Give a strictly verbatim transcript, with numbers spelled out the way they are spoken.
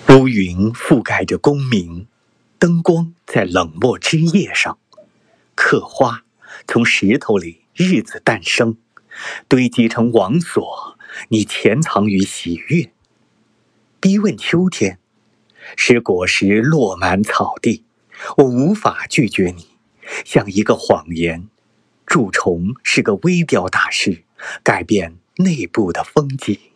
乌云覆盖着功名，灯光在冷漠枝叶上，刻花从石头里日子诞生，堆积成王所，你潜藏于喜悦。逼问秋天，使果实落满草地，我无法拒绝你，像一个谎言。蛀虫是个微雕大师，改变内部的风景。